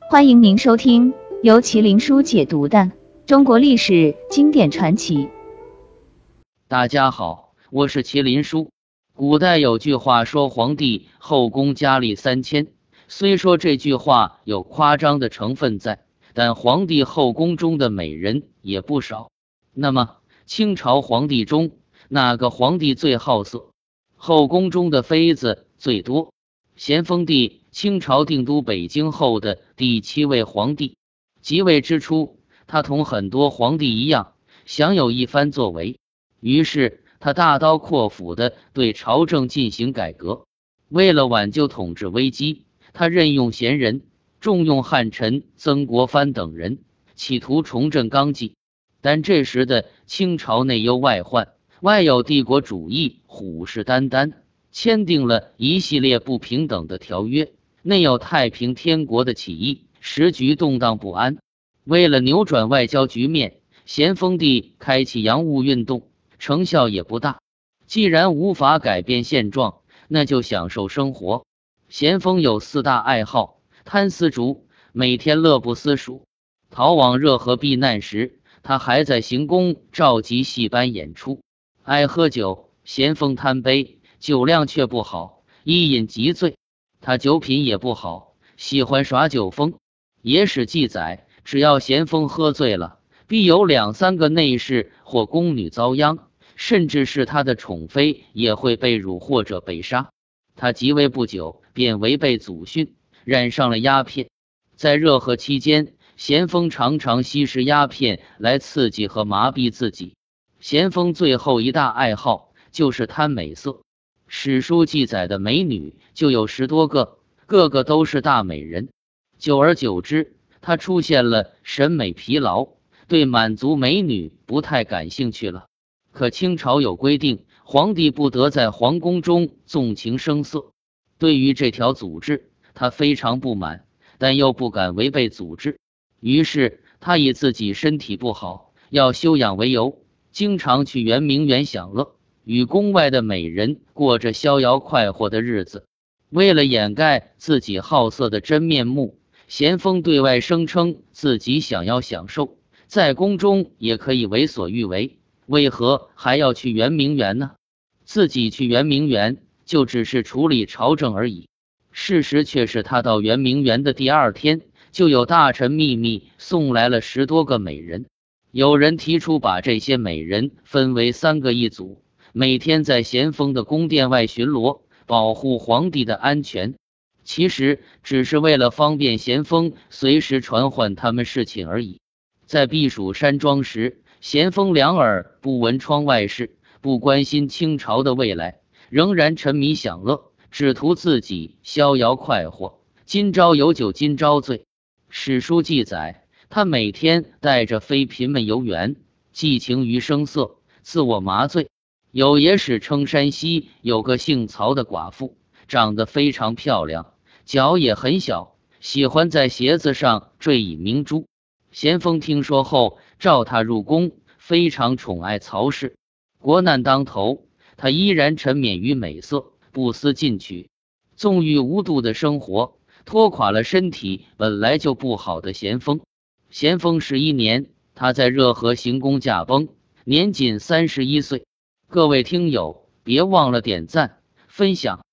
欢迎您收听由麒麟书解读的中国历史经典传奇。 大家好，我是麒麟书。古代有句话说皇帝后宫佳丽3000，虽说这句话有夸张的成分在，但皇帝后宫中的美人也不少。那么清朝皇帝中哪个皇帝最好色？后宫中的妃子最多。咸丰帝，清朝定都北京后的第7位皇帝。即位之初，他同很多皇帝一样，想有一番作为，于是他大刀阔斧地对朝政进行改革。为了挽救统治危机，他任用贤人，重用汉臣曾国藩等人，企图重振纲纪。但这时的清朝内忧外患，外有帝国主义虎视眈眈，签订了一系列不平等的条约，内有太平天国的起义，时局动荡不安。为了扭转外交局面，咸丰帝开启洋务运动，成效也不大。既然无法改变现状，那就享受生活。咸丰有4大爱好：贪丝竹，每天乐不思蜀。逃往热河避难时，他还在行宫召集戏班演出。爱喝酒，咸丰贪杯，酒量却不好，一饮即醉。他酒品也不好，喜欢耍酒疯。野史记载，只要咸丰喝醉了，必有2、3个内侍或宫女遭殃，甚至是他的宠妃也会被辱或者被杀。他即位不久便违背祖训，染上了鸦片。在热河期间，咸丰常常吸食鸦片来刺激和麻痹自己。咸丰最后一大爱好就是贪美色。史书记载的美女就有10多个，个个都是大美人。久而久之，他出现了审美疲劳，对满足美女不太感兴趣了。可清朝有规定，皇帝不得在皇宫中纵情声色。对于这条祖制，他非常不满，但又不敢违背祖制。于是他以自己身体不好，要休养为由，经常去圆明园享乐，与宫外的美人过着逍遥快活的日子。为了掩盖自己好色的真面目，咸丰对外声称自己想要享受，在宫中也可以为所欲为，为何还要去圆明园呢？自己去圆明园就只是处理朝政而已。事实却是他到圆明园的第2天，就有大臣秘密送来了10多个美人。有人提出把这些美人分为3个一组，每天在咸丰的宫殿外巡逻，保护皇帝的安全。其实只是为了方便咸丰随时传唤他们侍寝而已。在避暑山庄时，咸丰两耳不闻窗外事，不关心清朝的未来，仍然沉迷享乐，只图自己逍遥快活。今朝有酒今朝醉。史书记载，他每天带着妃嫔们游园，寄情于声色，自我麻醉。有野史称山西有个姓曹的寡妇，长得非常漂亮，脚也很小，喜欢在鞋子上缀以明珠。咸丰听说后，召她入宫，非常宠爱曹氏。国难当头，他依然沉湎于美色，不思进取，纵欲无度的生活，拖垮了身体本来就不好的咸丰。咸丰11年，他在热河行宫驾崩，年仅31岁。各位听友，别忘了点赞、分享。